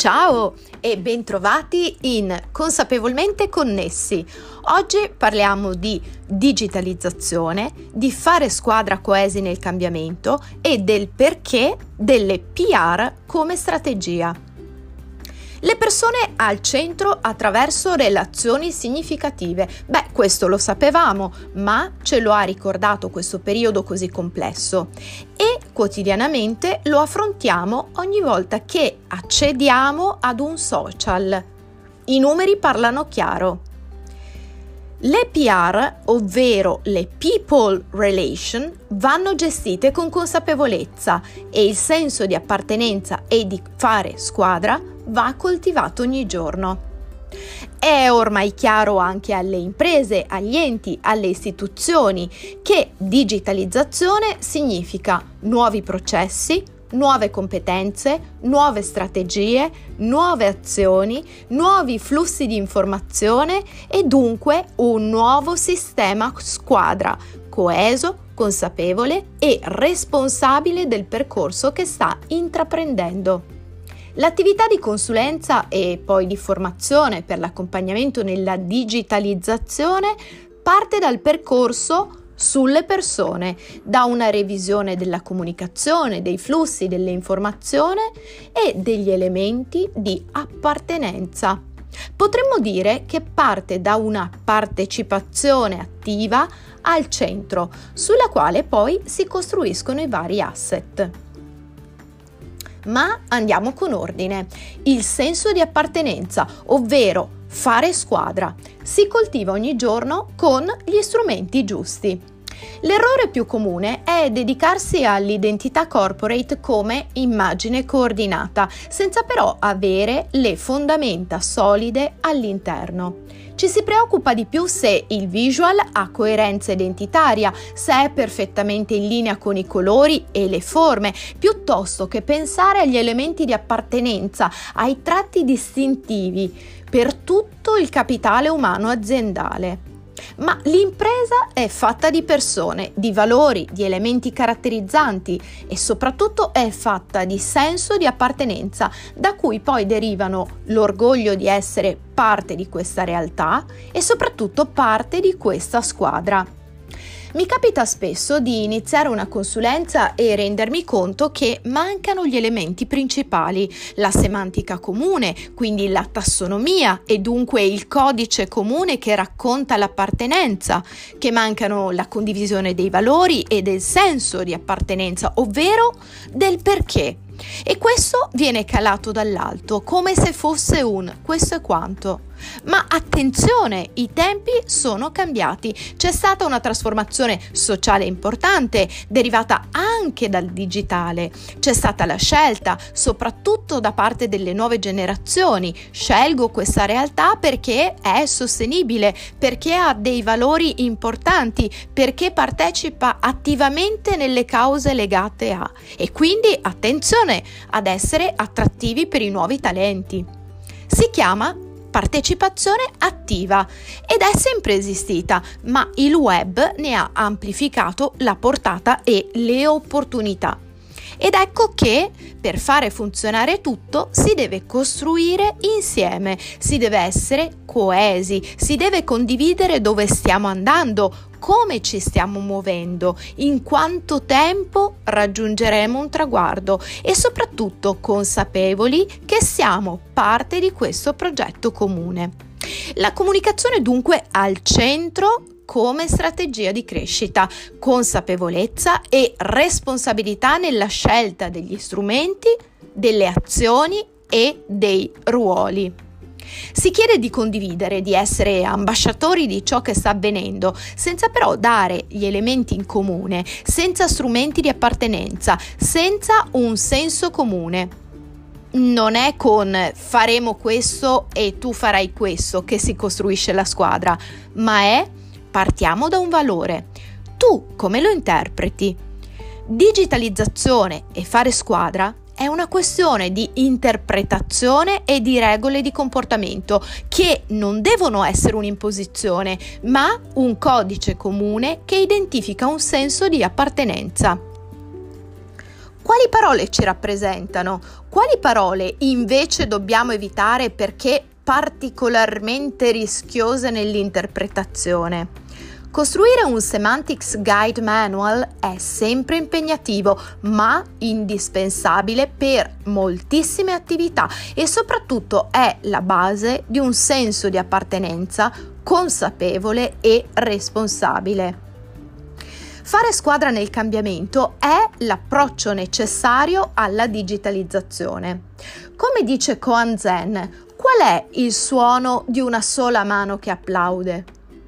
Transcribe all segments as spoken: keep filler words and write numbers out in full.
Ciao e bentrovati in Consapevolmente Connessi. Oggi parliamo di digitalizzazione, di fare squadra coesi nel cambiamento e del perché delle P R come strategia. Le persone al centro attraverso relazioni significative. Beh, questo lo sapevamo, ma ce lo ha ricordato questo periodo così complesso e quotidianamente lo affrontiamo ogni volta che accediamo ad un social. I numeri parlano chiaro. Le P R, ovvero le People Relation, vanno gestite con consapevolezza e il senso di appartenenza e di fare squadra va coltivato ogni giorno. È ormai chiaro anche alle imprese, agli enti, alle istituzioni che digitalizzazione significa nuovi processi, nuove competenze, nuove strategie, nuove azioni, nuovi flussi di informazione e dunque un nuovo sistema squadra, coeso, consapevole e responsabile del percorso che sta intraprendendo. L'attività di consulenza e poi di formazione per l'accompagnamento nella digitalizzazione parte dal percorso sulle persone, da una revisione della comunicazione, dei flussi, delle informazioni e degli elementi di appartenenza. Potremmo dire che parte da una partecipazione attiva al centro, sulla quale poi si costruiscono i vari asset. Ma andiamo con ordine. Il senso di appartenenza, ovvero fare squadra, si coltiva ogni giorno con gli strumenti giusti. L'errore più comune è dedicarsi all'identità corporate come immagine coordinata, senza però avere le fondamenta solide all'interno. Ci si preoccupa di più se il visual ha coerenza identitaria, se è perfettamente in linea con i colori e le forme, piuttosto che pensare agli elementi di appartenenza, ai tratti distintivi per tutto il capitale umano aziendale. Ma l'impresa è fatta di persone, di valori, di elementi caratterizzanti e soprattutto è fatta di senso di appartenenza, da cui poi derivano l'orgoglio di essere parte di questa realtà e soprattutto parte di questa squadra. Mi capita spesso di iniziare una consulenza e rendermi conto che mancano gli elementi principali, la semantica comune, quindi la tassonomia e dunque il codice comune che racconta l'appartenenza, che mancano la condivisione dei valori e del senso di appartenenza, ovvero del perché. E questo viene calato dall'alto come se fosse un questo è quanto. Ma attenzione, i tempi sono cambiati, c'è stata una trasformazione sociale importante derivata anche dal digitale, c'è stata la scelta soprattutto da parte delle nuove generazioni, scelgo questa realtà perché è sostenibile, perché ha dei valori importanti, perché partecipa attivamente nelle cause legate a e quindi attenzione ad essere attrattivi per i nuovi talenti. Si chiama partecipazione attiva ed è sempre esistita, ma il web ne ha amplificato la portata e le opportunità. Ed ecco che per fare funzionare tutto si deve costruire insieme, si deve essere coesi, si deve condividere dove stiamo andando, come ci stiamo muovendo, in quanto tempo raggiungeremo un traguardo e soprattutto consapevoli che siamo parte di questo progetto comune. La comunicazione dunque al centro come strategia di crescita, consapevolezza e responsabilità nella scelta degli strumenti, delle azioni e dei ruoli. Si chiede di condividere, di essere ambasciatori di ciò che sta avvenendo, senza però dare gli elementi in comune, senza strumenti di appartenenza, senza un senso comune. Non è con faremo questo e tu farai questo che si costruisce la squadra, ma è partiamo da un valore. Tu come lo interpreti? Digitalizzazione e fare squadra è una questione di interpretazione e di regole di comportamento che non devono essere un'imposizione, ma un codice comune che identifica un senso di appartenenza. Quali parole ci rappresentano? Quali parole invece dobbiamo evitare perché particolarmente rischiose nell'interpretazione? Costruire un Semantics Guide Manual è sempre impegnativo, ma indispensabile per moltissime attività e soprattutto è la base di un senso di appartenenza consapevole e responsabile. Fare squadra nel cambiamento è l'approccio necessario alla digitalizzazione. Come dice Koan Zen, qual è il suono di una sola mano che applaude?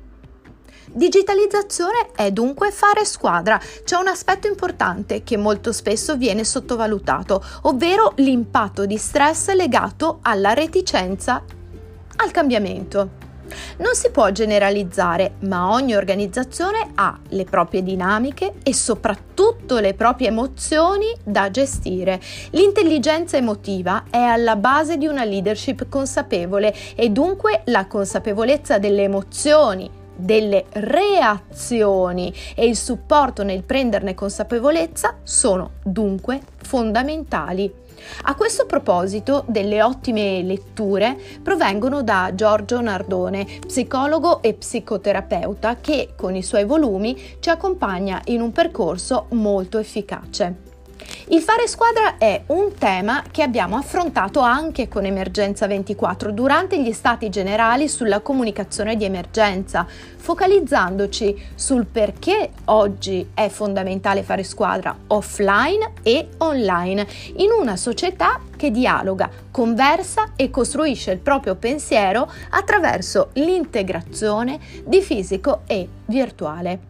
Digitalizzazione è dunque fare squadra. C'è un aspetto importante che molto spesso viene sottovalutato, ovvero l'impatto di stress legato alla reticenza al cambiamento. Non si può generalizzare, ma ogni organizzazione ha le proprie dinamiche e soprattutto le proprie emozioni da gestire. L'intelligenza emotiva è alla base di una leadership consapevole e dunque la consapevolezza delle emozioni, delle reazioni e il supporto nel prenderne consapevolezza sono dunque fondamentali. A questo proposito, delle ottime letture provengono da Giorgio Nardone, psicologo e psicoterapeuta, che con i suoi volumi ci accompagna in un percorso molto efficace. Il fare squadra è un tema che abbiamo affrontato anche con Emergenza ventiquattro durante gli stati generali sulla comunicazione di emergenza, focalizzandoci sul perché oggi è fondamentale fare squadra offline e online in una società che dialoga, conversa e costruisce il proprio pensiero attraverso l'integrazione di fisico e virtuale.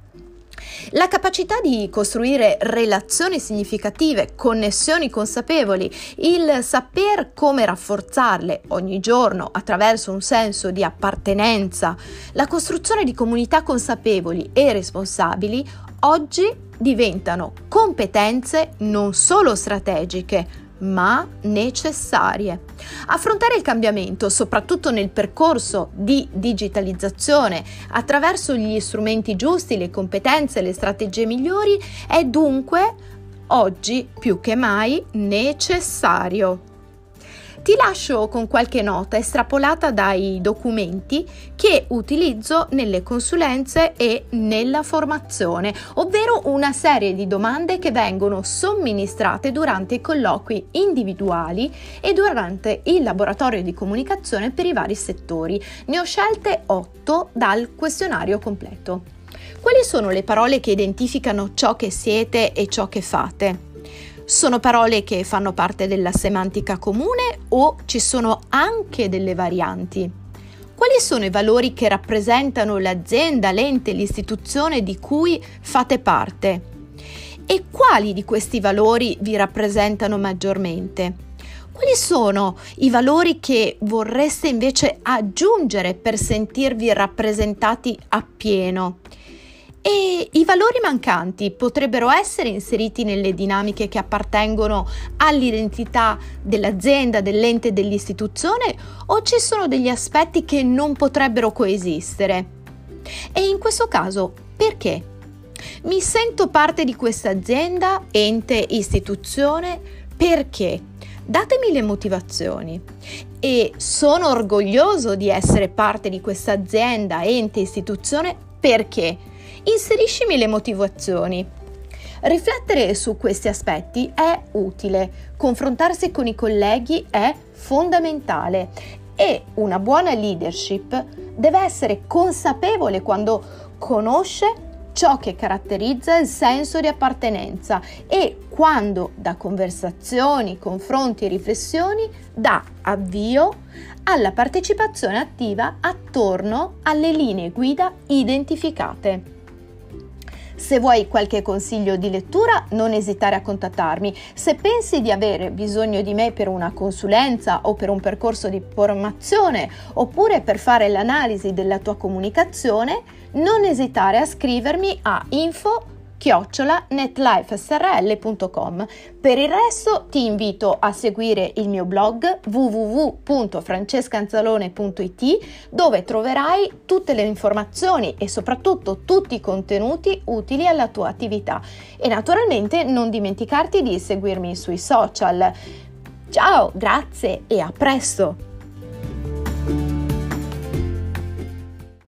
La capacità di costruire relazioni significative, connessioni consapevoli, il saper come rafforzarle ogni giorno attraverso un senso di appartenenza, la costruzione di comunità consapevoli e responsabili, oggi diventano competenze non solo strategiche, ma necessarie. Affrontare il cambiamento, soprattutto nel percorso di digitalizzazione, attraverso gli strumenti giusti, le competenze e le strategie migliori, è dunque oggi più che mai necessario. Ti lascio con qualche nota estrapolata dai documenti che utilizzo nelle consulenze e nella formazione, ovvero una serie di domande che vengono somministrate durante i colloqui individuali e durante il laboratorio di comunicazione per i vari settori. Ne ho scelte otto dal questionario completo. Quali sono le parole che identificano ciò che siete e ciò che fate? Sono parole che fanno parte della semantica comune o ci sono anche delle varianti? Quali sono i valori che rappresentano l'azienda, l'ente, l'istituzione di cui fate parte? E quali di questi valori vi rappresentano maggiormente? Quali sono i valori che vorreste invece aggiungere per sentirvi rappresentati appieno? E i valori mancanti potrebbero essere inseriti nelle dinamiche che appartengono all'identità dell'azienda, dell'ente e dell'istituzione, o ci sono degli aspetti che non potrebbero coesistere? E in questo caso, perché? Mi sento parte di questa azienda, ente, istituzione, perché? Datemi le motivazioni. E sono orgoglioso di essere parte di questa azienda, ente, istituzione, perché? Inseriscimi le motivazioni. Riflettere su questi aspetti è utile, confrontarsi con i colleghi è fondamentale e una buona leadership deve essere consapevole quando conosce ciò che caratterizza il senso di appartenenza e quando da conversazioni, confronti e riflessioni dà avvio alla partecipazione attiva attorno alle linee guida identificate. Se vuoi qualche consiglio di lettura, non esitare a contattarmi. Se pensi di avere bisogno di me per una consulenza o per un percorso di formazione oppure per fare l'analisi della tua comunicazione, non esitare a scrivermi a info chiocciola netlifesrl punto com. Per il resto ti invito a seguire il mio blog w w w punto francescanzalone punto i t, dove troverai tutte le informazioni e soprattutto tutti i contenuti utili alla tua attività. E naturalmente non dimenticarti di seguirmi sui social. Ciao, grazie e a presto!